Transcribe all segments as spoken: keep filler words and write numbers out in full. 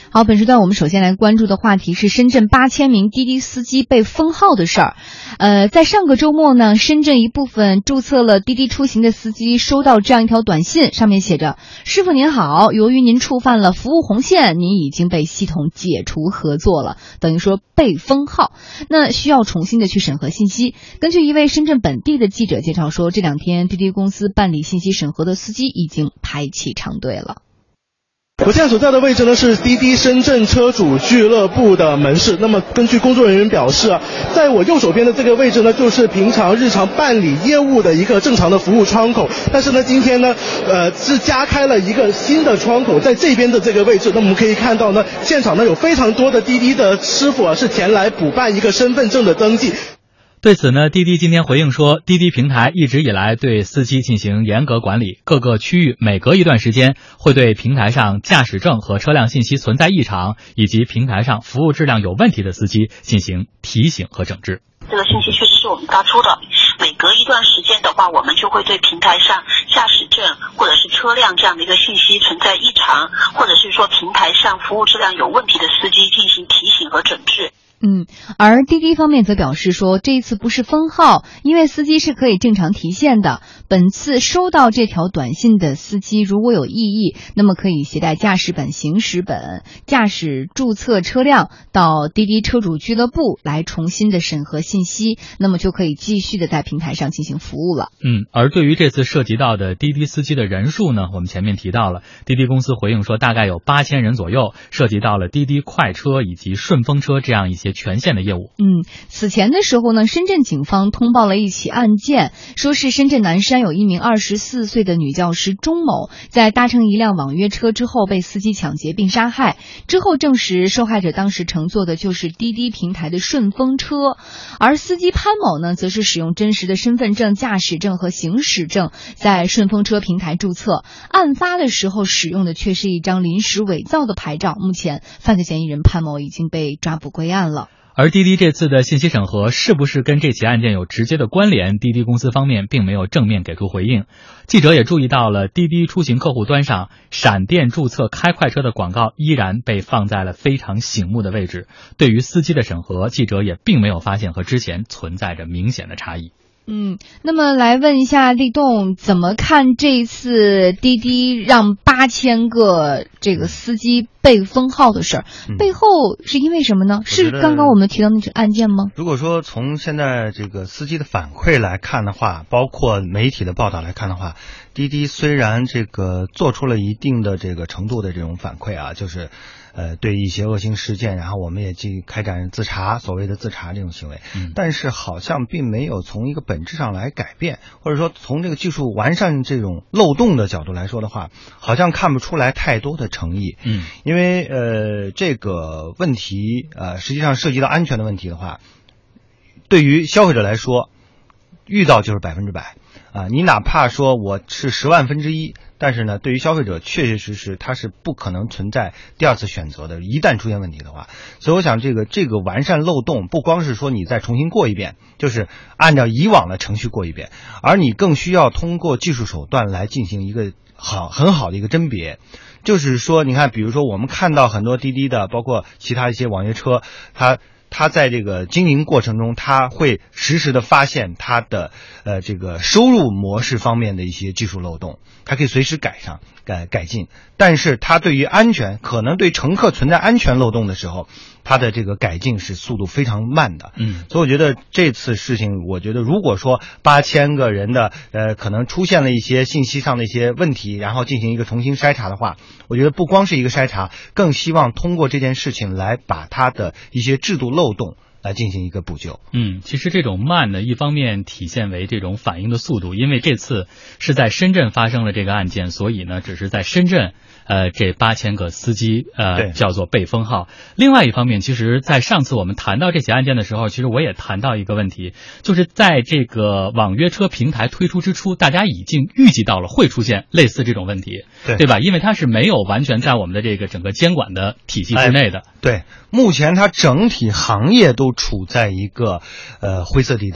好，本时段我们首先来关注的话题是深圳八千名滴滴司机被封号的事儿。呃，在上个周末呢，深圳一部分注册了滴滴出行的司机收到这样一条短信，上面写着：师傅您好，由于您触犯了服务红线，您已经被系统解除合作了，等于说被封号，那需要重新的去审核信息。根据一位深圳本地的记者介绍说，这两天滴滴公司办理信息审核的司机已经排起长队了。 我现在所在的位置呢是滴滴深圳车主俱乐部的门市。那么根据工作人员表示啊，在我右手边的这个位置呢，就是平常日常办理业务的一个正常的服务窗口。但是呢，今天呢，呃，是加开了一个新的窗口，在这边的这个位置。那么我们可以看到呢，现场呢有非常多的滴滴的师傅啊，是前来补办一个身份证的登记。 对此呢，滴滴今天回应说，滴滴平台一直以来对司机进行严格管理，各个区域每隔一段时间会对平台上驾驶证和车辆信息存在异常，以及平台上服务质量有问题的司机进行提醒和整治。 这个信息确实是我们发出的，每隔一段时间的话，我们就会对平台上驾驶证或者是车辆这样的一个信息存在异常，或者是说平台上服务质量有问题的司机进行提醒和整治。 嗯，而滴滴方面则表示说，这一次不是封号，因为司机是可以正常提现的。本次收到这条短信的司机如果有异议，那么可以携带驾驶本、行驶本、驾驶注册车辆到滴滴车主俱乐部来重新的审核信息，那么就可以继续的在平台上进行服务了。 嗯，而对于这次涉及到的滴滴司机的人数呢，我们前面提到了，滴滴公司回应说大概有八千人左右，涉及到了滴滴快车以及顺风车这样一些全线的业务。 嗯，此前的时候呢，深圳警方通报了一起案件，说是深圳南山有一名二十四岁的女教师钟某，在搭乘一辆网约车之后被司机抢劫并杀害。之后证实，受害者当时乘坐的就是滴滴平台的顺风车，而司机潘某呢，则是使用真实的身份证、驾驶证和行驶证在顺风车平台注册。案发的时候使用的却是一张临时伪造的牌照。目前，犯罪嫌疑人潘某已经被抓捕归案了。 而滴滴这次的信息审核是不是跟这起案件有直接的关联，滴滴公司方面并没有正面给出回应。记者也注意到了，滴滴出行客户端上闪电注册开快车的广告依然被放在了非常醒目的位置。对于司机的审核，记者也并没有发现和之前存在着明显的差异。 嗯，那么来问一下立栋，怎么看这一次滴滴让八千个这个司机被封号的事儿、嗯、背后是因为什么呢？是刚刚我们提到那个案件吗？ 如果说从现在这个司机的反馈来看的话，包括媒体的报道来看的话，滴滴虽然这个做出了一定的这个程度的这种反馈啊，就是呃，对一些恶性事件，然后我们也去开展自查，所谓的自查这种行为、嗯、但是好像并没有从一个本质上来改变，或者说从这个技术完善这种漏洞的角度来说的话，好像看不出来太多的诚意。 嗯， 因为呃这个问题呃实际上涉及到安全的问题的话，对于消费者来说，遇到就是百分之百啊，你哪怕说我是十万分之一，但是呢，对于消费者确确实实它是不可能存在第二次选择的，一旦出现问题的话。所以我想这个这个完善漏洞不光是说你再重新过一遍，就是按照以往的程序过一遍，而你更需要通过技术手段来进行一个好很好的一个甄别。就是说你看，比如说我们看到很多滴滴的包括其他一些网约车，它他在这个经营过程中，他会实时的发现他的呃这个收入模式方面的一些技术漏洞，他可以随时改上改改进。但是他对于安全，可能对乘客存在安全漏洞的时候，他的这个改进是速度非常慢的。 嗯， 所以我觉得这次事情，我觉得如果说八千个人的呃可能出现了一些信息上的一些问题，然后进行一个重新筛查的话，我觉得不光是一个筛查，更希望通过这件事情来把他的一些制度漏洞来进行一个补救。 嗯，其实这种慢呢，一方面体现为这种反应的速度，因为这次是在深圳发生了这个案件，所以呢，只是在深圳，呃，这八千个司机呃叫做被封号。另外一方面，其实，在上次我们谈到这起案件的时候，其实我也谈到一个问题，就是在这个网约车平台推出之初，大家已经预计到了会出现类似这种问题， 对对吧？因为它是没有完全在我们的这个整个监管的体系之内的。 哎、对，目前它整体行业都处在一个呃灰色地带。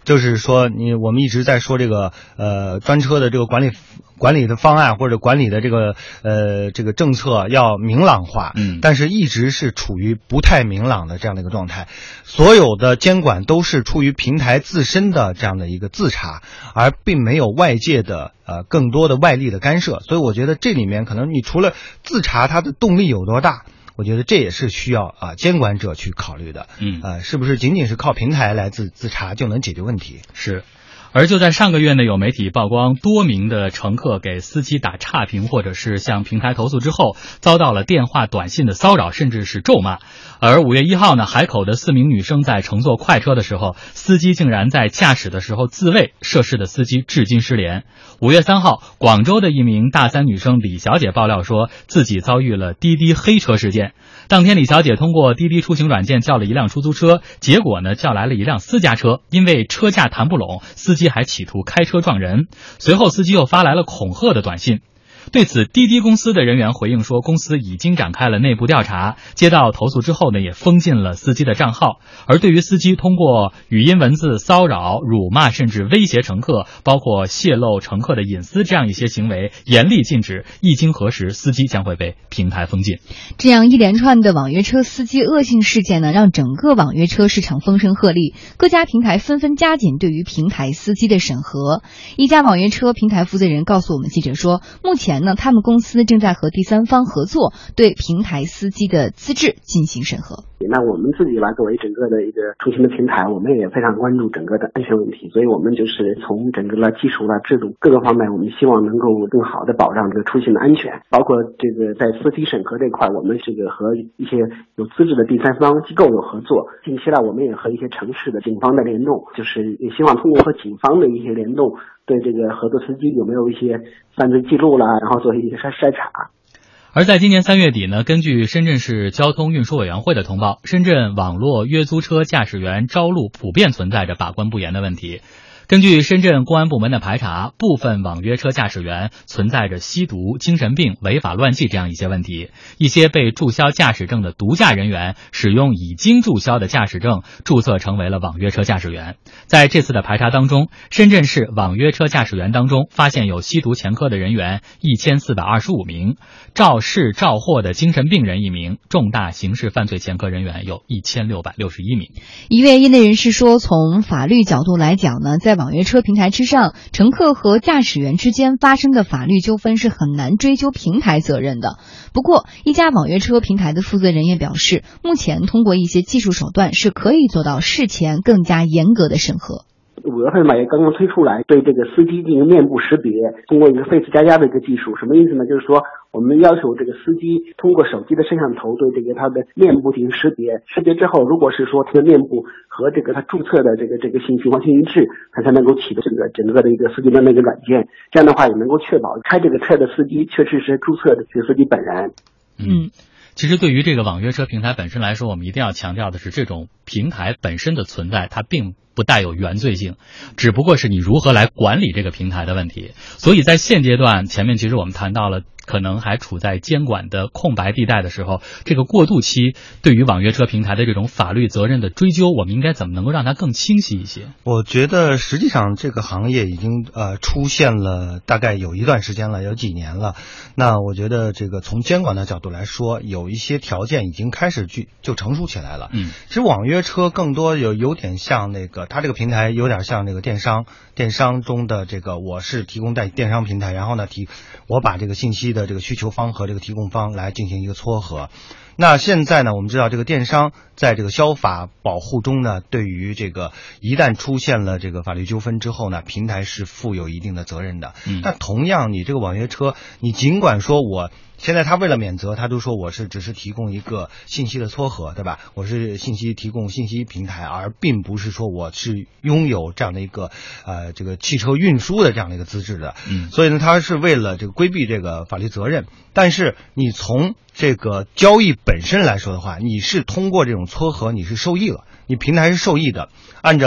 就是说你我们一直在说这个呃专车的这个管理管理的方案或者管理的这个呃这个政策要明朗化， 嗯， 但是一直是处于不太明朗的这样的一个状态。所有的监管都是出于平台自身的这样的一个自查，而并没有外界的呃更多的外力的干涉。所以我觉得这里面可能你除了自查它的动力有多大，我觉得这也是需要啊监管者去考虑的。 嗯， 呃，是不是仅仅是靠平台来自自查就能解决问题？ 是。而就在上个月呢，有媒体曝光多名的乘客给司机打差评或者是向平台投诉之后，遭到了电话短信的骚扰，甚至是咒骂。而五月一号呢，海口的四名女生在乘坐快车的时候，司机竟然在驾驶的时候自卫，涉事的司机至今失联。五月三号，广州的一名大三女生李小姐爆料说自己遭遇了滴滴黑车事件。当天李小姐通过滴滴出行软件叫了一辆出租车，结果呢叫来了一辆私家车，因为车价谈不拢，司机还企图开车撞人。随后司机又发来了恐吓的短信。对此，滴滴公司的人员回应说，公司已经展开了内部调查，接到投诉之后呢，也封禁了司机的账号。而对于司机通过语音文字骚扰、辱骂甚至威胁乘客，包括泄露乘客的隐私这样一些行为，严厉禁止，一经核实，司机将会被平台封禁。 这样一连串的网约车司机恶性事件呢，让整个网约车市场风声鹤唳，各家平台纷纷加紧对于平台司机的审核。一家网约车平台负责人告诉我们记者说，目前呢，他们公司正在和第三方合作，对平台司机的资质进行审核。 那我们自己来作为整个的一个出行的平台，我们也非常关注整个的安全问题，所以我们就是从整个的技术啦、制度各个方面，我们希望能够更好的保障这个出行的安全。包括这个在司机审核这块，我们这个和一些有资质的第三方机构有合作。近期呢，我们也和一些城市的警方的联动，就是也希望通过和警方的一些联动，对这个合作司机有没有一些犯罪记录啦，然后做一些筛筛查。 而在今年三月底呢，根据深圳市交通运输委员会的通报，深圳网络约租车驾驶员招录普遍存在着把关不严的问题。根据深圳公安部门的排查，部分网约车驾驶员存在着吸毒、精神病、违法乱纪这样一些问题。一些被注销驾驶证的毒驾人员使用已经注销的驾驶证注册成为了网约车驾驶员。在这次的排查当中，深圳市网约车驾驶员当中发现有吸毒前科的人员一千四百二十五名，肇事肇祸的精神病人一名，重大刑事犯罪前科人员有一千六百六十一名。 一位业内人士说，从法律角度来讲呢，在网约车平台之上，乘客和驾驶员之间发生的法律纠纷是很难追究平台责任的。不过，一家网约车平台的负责人也表示，目前通过一些技术手段是可以做到事前更加严格的审核。 五月份吧也刚刚推出来，对这个司机进行面部识别，通过一个 Face 加加的一个技术。什么意思呢？就是说我们要求这个司机通过手机的摄像头对这个他的面部进行识别，识别之后，如果是说他的面部和这个他注册的这个这个信息完全一致，他才能够启动这个整个的一个司机的那个软件。这样的话也能够确保开这个车的司机确实是注册的这个司机本人。 嗯。其实对于这个网约车平台本身来说，我们一定要强调的是，这种平台本身的存在，它并不带有原罪性，只不过是你如何来管理这个平台的问题。所以在现阶段，前面其实我们谈到了可能还处在监管的空白地带的时候，这个过渡期对于网约车平台的这种法律责任的追究，我们应该怎么能够让它更清晰一些？ 我觉得实际上这个行业已经呃出现了大概有一段时间了，有几年了。那我觉得这个从监管的角度来说，有一些条件已经开始去就成熟起来了。 嗯， 其实网约车更多有有点像那个，它这个平台有点像那个电商，电商中的这个我是提供在电商平台，然后呢提我把这个信息的这个需求方和这个提供方来进行一个撮合。那现在呢，我们知道这个电商在这个消法保护中呢，对于这个一旦出现了这个法律纠纷之后呢，平台是负有一定的责任的。 嗯， 那同样你这个网约车，你尽管说我现在他为了免责，他都说我是只是提供一个信息的撮合，对吧？我是信息提供信息平台，而并不是说我是拥有这样的一个呃这个汽车运输的这样的一个资质的。 嗯， 所以呢，他是为了这个规避这个法律责任。但是你从这个交易本身来说的话，你是通过这种撮合，你是受益了，你平台是受益的。按照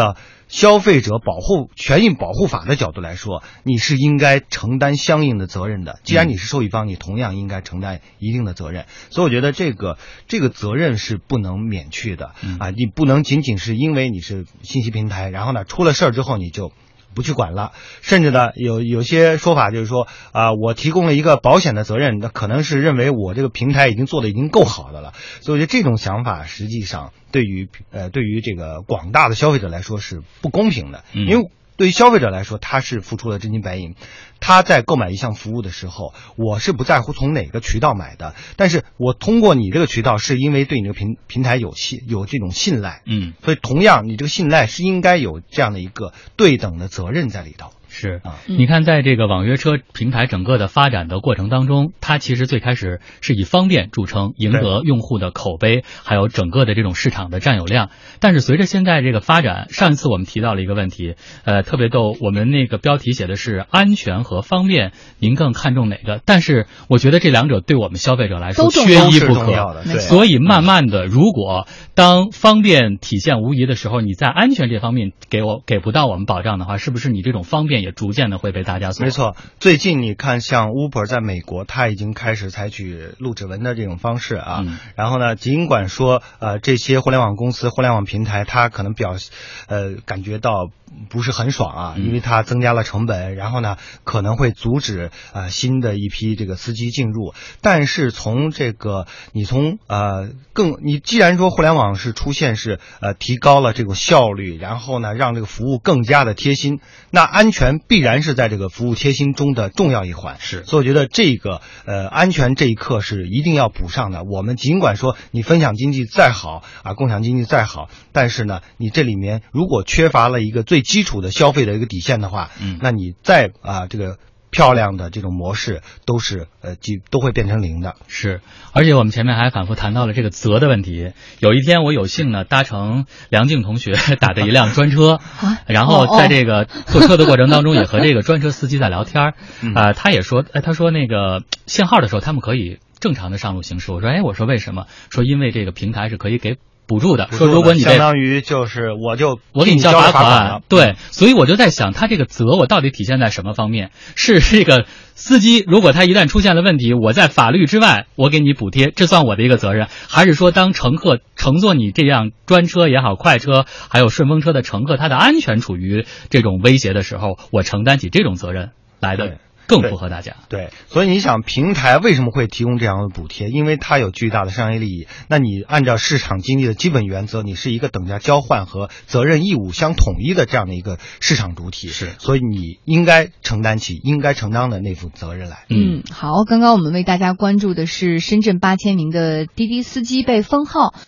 消费者保护权益保护法的角度来说，你是应该承担相应的责任的。既然你是受益方，你同样应该承担一定的责任。所以我觉得这个这个责任是不能免去的啊！你不能仅仅是因为你是信息平台，然后呢出了事儿之后你就不去管了，甚至呢，有有些说法就是说啊、呃，我提供了一个保险的责任，那可能是认为我这个平台已经做的已经够好的了，所以我觉得这种想法实际上对于呃对于这个广大的消费者来说是不公平的， 嗯、 因为对于消费者来说，他是付出了真金白银，他在购买一项服务的时候，我是不在乎从哪个渠道买的，但是我通过你这个渠道是因为对你这个平平台有信有这种信赖， 嗯， 所以同样你这个信赖是应该有这样的一个对等的责任在里头。 是啊， 你看，在这个网约车平台整个的发展的过程当中，它其实最开始是以方便著称，赢得用户的口碑，还有整个的这种市场的占有量。但是随着现在这个发展，上一次我们提到了一个问题，呃，特别逗，我们那个标题写的是安全和方便，您更看重哪个？但是我觉得这两者对我们消费者来说缺一不可。所以慢慢的，如果当方便体现无疑的时候，你在安全这方面给我给不到我们保障的话，是不是你这种方便也逐渐的会被大家所没错，最近你看像 Uber 在美国，它已经开始采取录指纹的这种方式啊。嗯、然后呢，尽管说呃这些互联网公司、互联网平台，它可能表呃感觉到不是很爽啊，因为它增加了成本，然后呢可能会阻止呃新的一批这个司机进入。但是从这个你从呃更你既然说互联网是出现是呃提高了这种效率，然后呢让这个服务更加的贴心，那安全必然是在这个服务贴心中的重要一环。 是， 所以我觉得这个呃安全这一课是一定要补上的。我们尽管说你分享经济再好啊，共享经济再好，但是呢你这里面如果缺乏了一个最基础的消费的一个底线的话，嗯，那你再啊这个漂亮的这种模式都是呃几都会变成零的。 是，而且我们前面还反复谈到了这个责的问题。有一天我有幸呢搭乘梁静同学打的一辆专车，然后在这个坐车的过程当中也和这个专车司机在聊天啊、呃，他也说，哎，他说那个限号的时候他们可以正常的上路行驶。我说，哎，我说为什么？说因为这个平台是可以给补助的，说如果你相当于就是我就我给你交罚款了，对，所以我就在想，他这个责我到底体现在什么方面？是这个司机如果他一旦出现了问题，我在法律之外我给你补贴，这算我的一个责任，还是说当乘客乘坐你这辆专车也好、快车还有顺风车的乘客，他的安全处于这种威胁的时候，我承担起这种责任来的？更符合大家。 对，对，所以你想平台为什么会提供这样的补贴？因为它有巨大的商业利益。那你按照市场经济的基本原则，你是一个等价交换和责任义务相统一的这样的一个市场主体， 是， 所以你应该承担起应该承担的那份责任来。 嗯，好，刚刚我们为大家关注的是深圳八千名的滴滴司机被封号。